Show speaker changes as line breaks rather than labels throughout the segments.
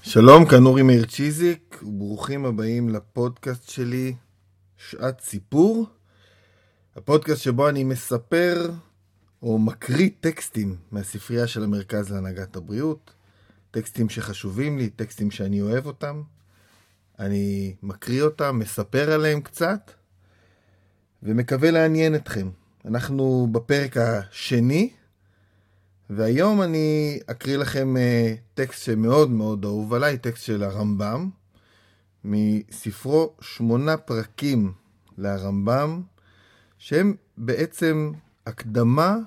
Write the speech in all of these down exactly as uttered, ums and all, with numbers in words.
שלום, כאן אורי מאיר צ'יזיק, וברוכים הבאים לפודקאסט שלי, שעת סיפור. הפודקאסט שבו אני מספר או מקריא טקסטים מהספרייה של המרכז להנהגת הבריאות, טקסטים שחשובים לי, טקסטים שאני אוהב אותם. אני מקריא אותם, מספר עליהם קצת, ומקווה לעניין אתכם. אנחנו בפרק השני, והיום אני אקריא לכם טקסט שמאוד מאוד אהוב עליי, טקסט של הרמב"ם, מספרו שמונה פרקים להרמב"ם, שהם בעצם הקדמה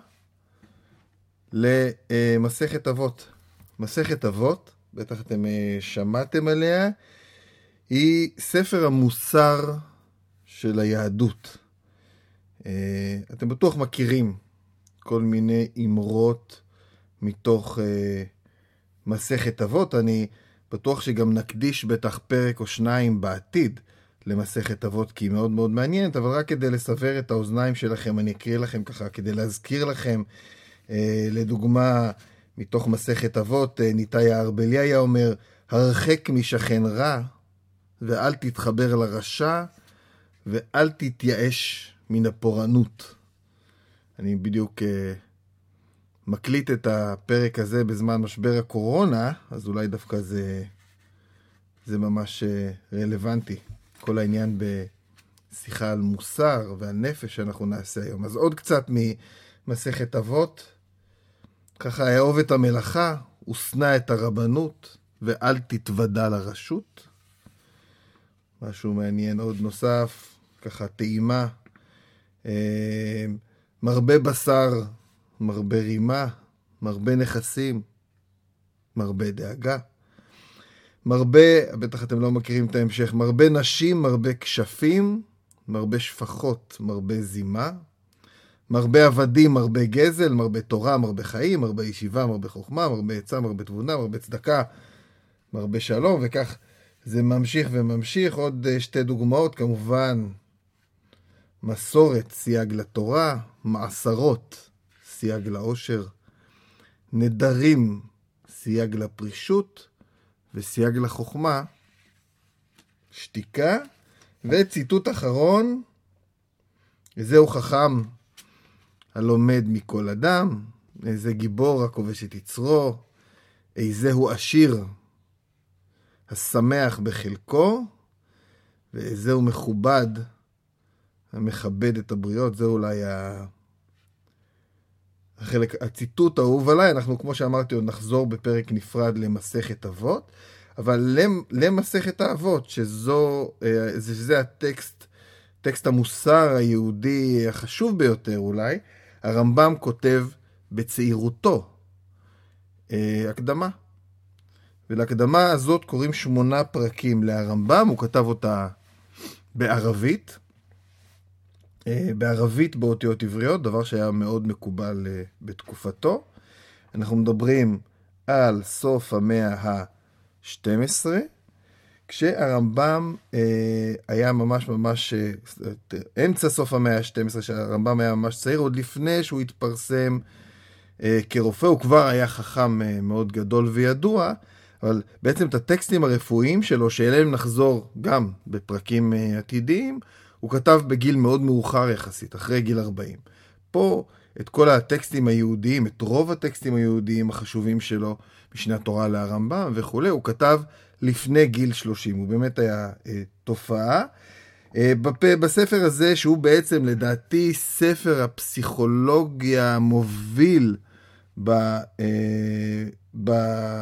למסכת אבות. מסכת אבות, בטח אתם שמעתם עליה, היא ספר המוסר של היהדות. אתם בטוח מכירים כל מיני אמרות מתוך uh, מסכת אבות. אני בטוח שגם נקדיש בטח פרק או שניים בעתיד למסכת אבות, כי היא מאוד מאוד מעניינת, אבל רק כדי לסבר את האוזניים שלכם, אני אקריא לכם ככה, כדי להזכיר לכם, uh, לדוגמה, מתוך מסכת אבות, uh, ניתאי הארבלי היה אומר, הרחק משכן רע, ואל תתחבר לרשע, ואל תתייאש מן הפורענות. אני בדיוק... Uh, מקליט את הפרק הזה בזמן משבר הקורונה, אז אולי דווקא זה, זה ממש רלוונטי. כל העניין בשיחה על מוסר ועל נפש שאנחנו נעשה היום. אז עוד קצת ממסכת אבות. ככה, אהוב את המלאכה, ושנא את הרבנות, ואל תתוודע לרשות. משהו מעניין עוד נוסף, ככה טעימה. מרבה בשר, מרבה רימה, מרבה נכסים, מרבה דאגה. מרבה, בטח אתם לא מכירים את ההמשך, מרבה נשים, מרבה כשפים, מרבה שפחות, מרבה זימה. מרבה עבדים, מרבה גזל, מרבה תורה, מרבה חיים, מרבה ישיבה, מרבה חוכמה, מרבה עצה, מרבה תבונה, מרבה צדקה, מרבה שלום, וכך זה ממשיך וממשיך. עוד שתי דוגמאות, כמובן, מסורת, סייג לתורה, מעשרות, סייג לאושר, נדרים, סייג לפרישות, וסייג לחוכמה, שתיקה. וציטוט אחרון, זהו חכם הלומד מכל אדם, איזה גיבור הכובש את יצרו, איזהו עשיר השמח בחלקו, ואיזהו מכובד המכבד את הבריות. זה אולי ה... החלק, הציטוט האהוב עליי. אנחנו, כמו שאמרתי, עוד נחזור בפרק נפרד למסכת אבות, אבל למסכת האבות, שזו, שזה הטקסט, טקסט המוסר היהודי החשוב ביותר אולי, הרמב"ם כותב בצעירותו הקדמה. ולהקדמה הזאת קוראים שמונה פרקים להרמב"ם. הוא כתב אותה בערבית, בערבית באותיות עבריות, דבר שהיה מאוד מקובל בתקופתו. אנחנו מדברים על סוף המאה ה-שתים עשרה, כשהרמב"ם היה ממש ממש, אמצע סוף המאה ה-שתים עשרה, שהרמב"ם היה ממש צעיר, עוד לפני שהוא התפרסם כרופא. הוא כבר היה חכם מאוד גדול וידוע, אבל בעצם את הטקסטים הרפואיים שלו, שאליהם נחזור גם בפרקים עתידיים, הוא כתב בגיל מאוד מאוחר יחסית, אחרי גיל ארבעים. פה את כל הטקסטים היהודיים, את רוב הטקסטים היהודיים החשובים שלו, משנה תורה להרמב"ם וכו', הוא כתב לפני גיל שלושים. הוא באמת היה אה, תופעה. אה, בפ... בספר הזה, שהוא בעצם לדעתי ספר הפסיכולוגיה המוביל ב... אה, ב...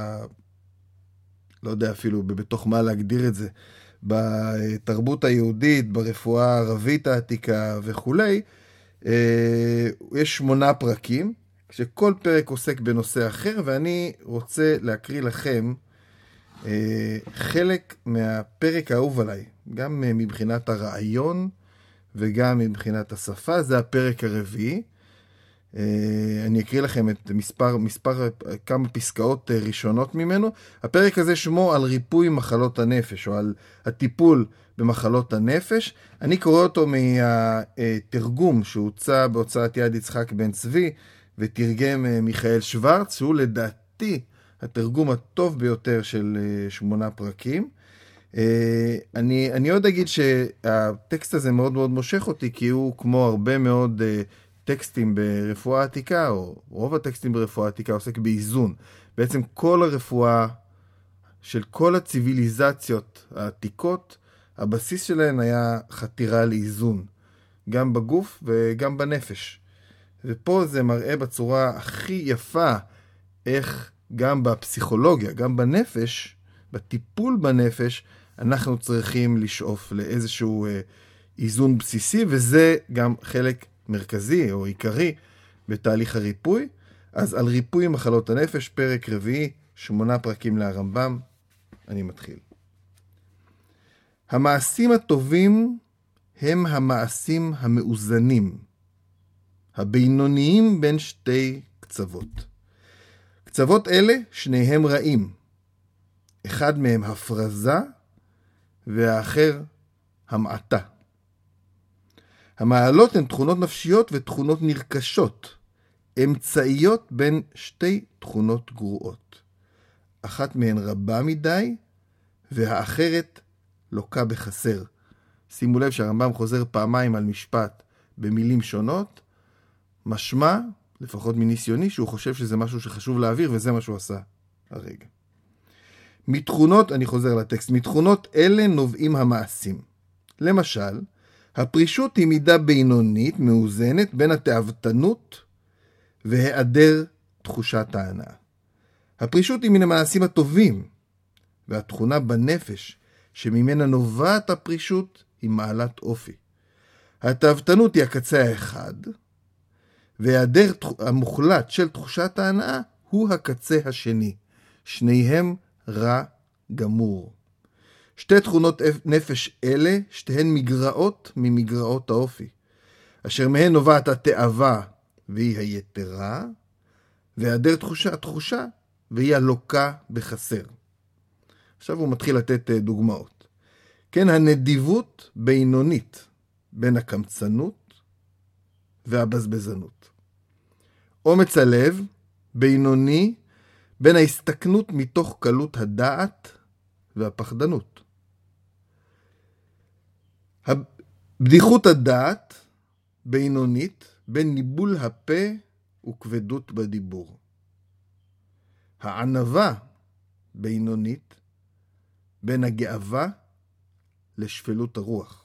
לא יודע אפילו בתוך מה להגדיר את זה, בתרבות היהודית, ברפואה הערבית העתיקה וכולי, יש שמונה פרקים, כשכל פרק עוסק בנושא אחר, ואני רוצה להקריא לכם חלק מהפרק האהוב עליי, גם מבחינת הרעיון וגם מבחינת השפה. זה הפרק הרביעי. אני אקריא לכם את מספר, מספר, כמה פסקאות ראשונות ממנו. הפרק הזה שמו על ריפוי מחלות הנפש, או על הטיפול במחלות הנפש. אני קורא אותו מהתרגום שהוצא בהוצאת יד יצחק בן צבי, ותרגם מיכאל שוורץ, שהוא לדעתי התרגום הטוב ביותר של שמונה פרקים. אני, אני עוד אגיד שהטקסט הזה מאוד מאוד מושך אותי, כי הוא כמו הרבה מאוד טקסטים ברפואה עתיקה, או רוב הטקסטים ברפואה עתיקה עוסק באיזון. בעצם כל הרפואה של כל הציביליזציות העתיקות, הבסיס שלהן היה חתירה לאיזון, גם בגוף וגם בנפש. ופה זה מראה בצורה הכי יפה איך גם בפסיכולוגיה, גם בנפש, בטיפול בנפש, אנחנו צריכים לשאוף לאיזשהו איזון בסיסי, וזה גם חלק מרכזי או עיקרי בתהליך הריפוי. אז על ריפוי מחלות הנפש, פרק רביעי, שמונה פרקים להרמב"ם, אני מתחיל. המעשים הטובים הם המעשים המאוזנים, הבינוניים בין שתי קצוות. קצוות אלה שניהם רעים. אחד מהם הפרזה והאחר המעטה. המעלות הן תכונות נפשיות ותכונות נרכשות, אמצעיות בין שתי תכונות גרועות. אחת מהן רבה מדי והאחרת לוקה בחסר. שימו לב שהרמב"ם חוזר פעמיים על משפט במילים שונות, משמע, לפחות מניסיוני, שהוא חושב שזה משהו שחשוב להעביר, וזה מה שהוא עשה הרגע. מתכונות, אני חוזר לטקסט, מתכונות אלה נובעים המעשים. למשל, הפרישות היא מידה בינונית, מאוזנת, בין התאוותנות והיעדר תחושת ההנאה. הפרישות היא מן המעשים הטובים, והתכונה בנפש שממנה נובעת הפרישות היא מעלת אופי. התאוותנות היא הקצה האחד, והיעדר המוחלט של תחושת ההנאה הוא הקצה השני. שניהם רע גמור. שתי תכונות נפש אלה, שתיהן מגרעות ממגרעות האופי, אשר מהן נובעת התאווה והיא היתרה, והיעדר תחושה, תחושה והיא הלוקה בחסר. עכשיו הוא מתחיל לתת דוגמאות. כן, הנדיבות בינונית בין הקמצנות והבזבזנות. אומץ הלב בינוני בין ההסתכנות מתוך קלות הדעת והפחדנות. בדיחות הדעת בינונית בין ניבול הפה וכבדות בדיבור. הענווה בינונית בין הגאווה לשפלות הרוח.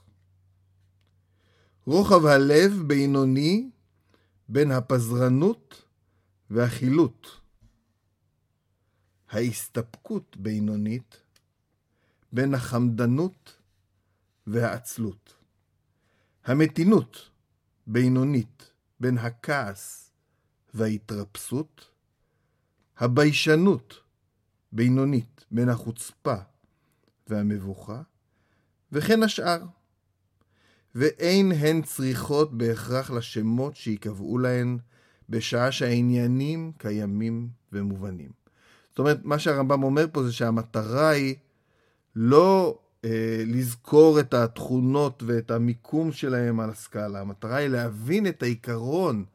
רוחב הלב בינוני בין הפזרנות והחילוט. ההסתפקות בינונית בין החמדנות והעצלות. המתינות בינונית בין הכעס וההתרפסות. הביישנות בינונית בין החוצפה והמבוכה, וכן השאר. ואין הן צריכות בהכרח לשמות שיקבעו להן בשעה שהעניינים קיימים ומובנים. זאת אומרת, מה שהרמב"ם אומר פה זה שהמטרה היא לא אה, לזכור את התכונות ואת המיקום שלהם על הסקאלה. המטרה היא להבין את העיקרון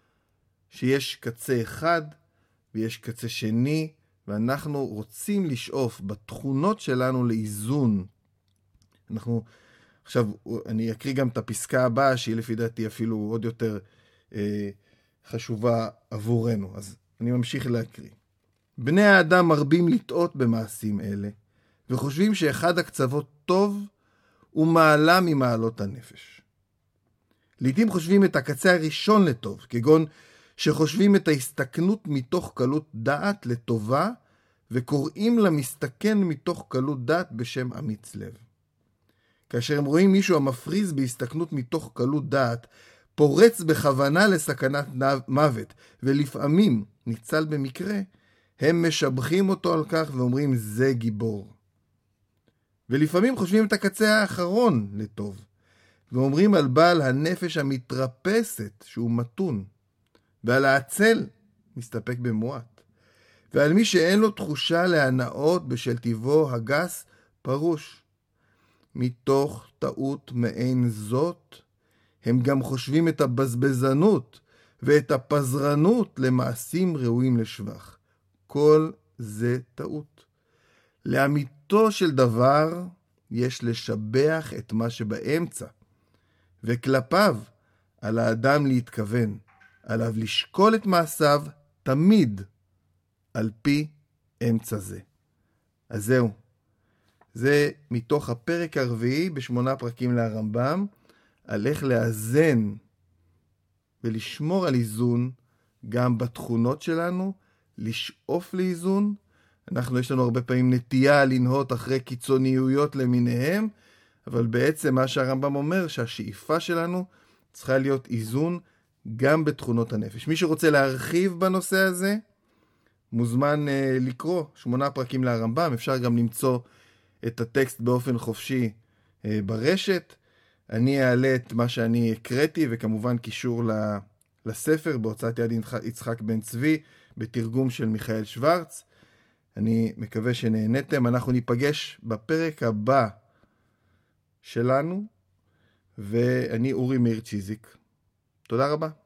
שיש קצה אחד ויש קצה שני, ואנחנו רוצים לשאוף בתכונות שלנו לאיזון. אנחנו, עכשיו אני אקריא גם את הפסקה הבאה, שהיא לפי דעתי אפילו עוד יותר אה, חשובה עבורנו. אז אני ממשיך להקריא. בני האדם מרבים לטעות במעשים אלה, וחושבים שאחד הקצוות טוב ומעלה ממעלות הנפש. לעתים חושבים את הקצה הראשון לטוב, כגון שחושבים את ההסתכנות מתוך קלות דעת לטובה, וקוראים למסתכן מתוך קלות דעת בשם אמיץ לב. כאשר הם רואים מישהו המפריז בהסתכנות מתוך קלות דעת, פורץ בכוונה לסכנת מוות, ולפעמים ניצל במקרה, הם משבחים אותו על כך ואומרים זה גיבור. ולפעמים חושבים את הקצה האחרון לטוב, ואומרים על בעל הנפש המתרפסת שהוא מתון, ועל העצל מסתפק במועט, ועל מי שאין לו תחושה להנאות בשל טבעו הגס פרוש. מתוך טעות מעין זאת, הם גם חושבים את הבזבזנות ואת הפזרנות למעשים ראויים לשבח. כל זה טעות. לאמיתו של דבר יש לשבח את מה שבאמצע, וכלפיו על האדם להתכוון, עליו לשקול את מעשיו תמיד על פי אמצע זה. אז זהו. זה מתוך הפרק הרביעי בשמונה פרקים להרמב"ם, על איך לאזן ולשמור על איזון גם בתכונות שלנו, לשאוף לאיזון. אנחנו, יש לנו הרבה פעמים נטייה לנהות אחרי קיצוניויות למיניהם, אבל בעצם מה שהרמב"ם אומר, שהשאיפה שלנו צריכה להיות איזון גם בתכונות הנפש. מי שרוצה להרחיב בנושא הזה, מוזמן uh, לקרוא שמונה פרקים להרמב"ם. אפשר גם למצוא את הטקסט באופן חופשי uh, ברשת. אני אעלה את מה שאני הקראתי, וכמובן קישור לספר בהוצאת יד יצחק בן צבי, בתרגום של מיכאל שוורץ. אני מקווה שנהנתם. אנחנו ניפגש בפרק הבא שלנו, ואני אורי מאיר צ'יזיק. תודה רבה.